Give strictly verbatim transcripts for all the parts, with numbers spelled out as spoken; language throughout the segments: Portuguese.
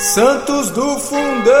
Santos do Fundão!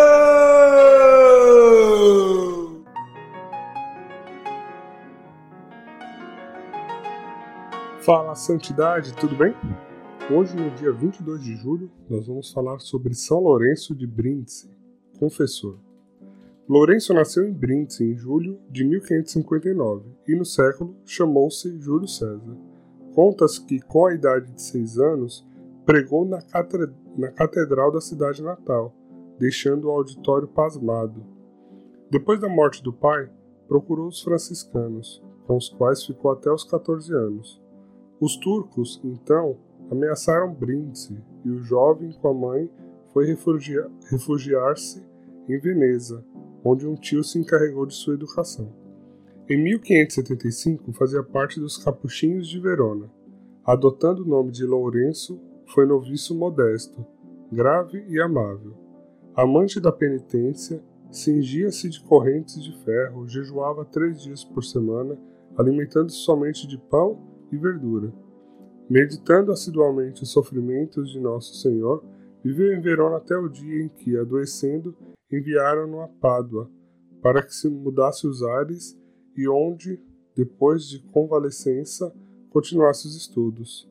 Fala, Santidade, tudo bem? Hoje, no dia vinte e dois de julho, nós vamos falar sobre São Lourenço de Brindisi, confessor. Lourenço nasceu em Brindisi em julho de mil quinhentos e cinquenta e nove e, no século, chamou-se Júlio César. Conta-se que, com a idade de seis anos, pregou na, catre... na catedral da cidade natal, deixando o auditório pasmado. Depois da morte do pai, procurou os franciscanos, com os quais ficou até os catorze anos. Os turcos, então, ameaçaram Brindisi e o jovem, com a mãe, foi refugia... refugiar-se em Veneza, onde um tio se encarregou de sua educação. Em mil quinhentos e setenta e cinco, fazia parte dos Capuchinhos de Verona. Adotando o nome de Lourenço, foi noviço modesto, grave e amável. Amante da penitência, cingia-se de correntes de ferro, jejuava três dias por semana, alimentando-se somente de pão e verdura. Meditando assiduamente os sofrimentos de Nosso Senhor, viveu em Verona até o dia em que, adoecendo, enviaram-no a Pádua, para que se mudasse os ares e onde, depois de convalescença, continuasse os estudos.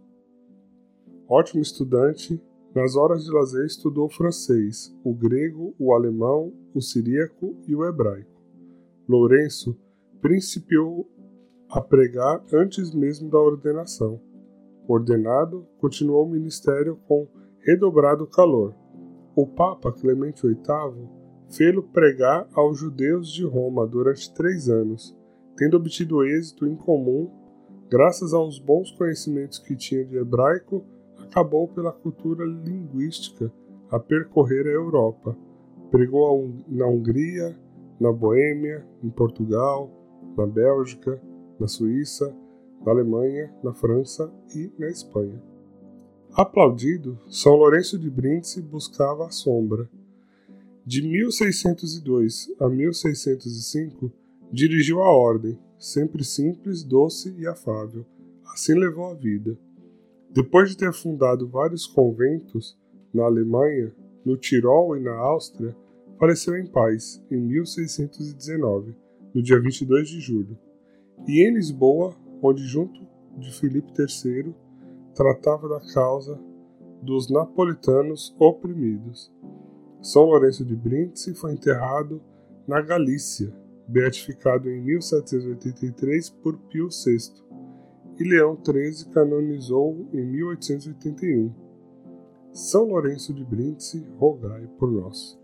Ótimo estudante, nas horas de lazer estudou o francês, o grego, o alemão, o siríaco e o hebraico. Lourenço principiou a pregar antes mesmo da ordenação. Ordenado, continuou o ministério com redobrado calor. O Papa Clemente oitavo fê-lo pregar aos judeus de Roma durante três anos, tendo obtido êxito incomum, graças aos bons conhecimentos que tinha de hebraico. Acabou pela cultura linguística a percorrer a Europa. Pregou na Hungria, na Boêmia, em Portugal, na Bélgica, na Suíça, na Alemanha, na França e na Espanha. Aplaudido, São Lourenço de Brindisi buscava a sombra. De mil seiscentos e dois a mil seiscentos e cinco, dirigiu a ordem, sempre simples, doce e afável. Assim levou a vida. Depois de ter fundado vários conventos na Alemanha, no Tirol e na Áustria, faleceu em paz em mil seiscentos e dezenove, no dia vinte e dois de julho, e em Lisboa, onde, junto de Filipe terceiro, tratava da causa dos napolitanos oprimidos. São Lourenço de Brindisi foi enterrado na Galícia, beatificado em mil setecentos e oitenta e três por Pio sexto. E Leão treze canonizou em mil oitocentos e oitenta e um. São Lourenço de Brindisi, rogai por nós.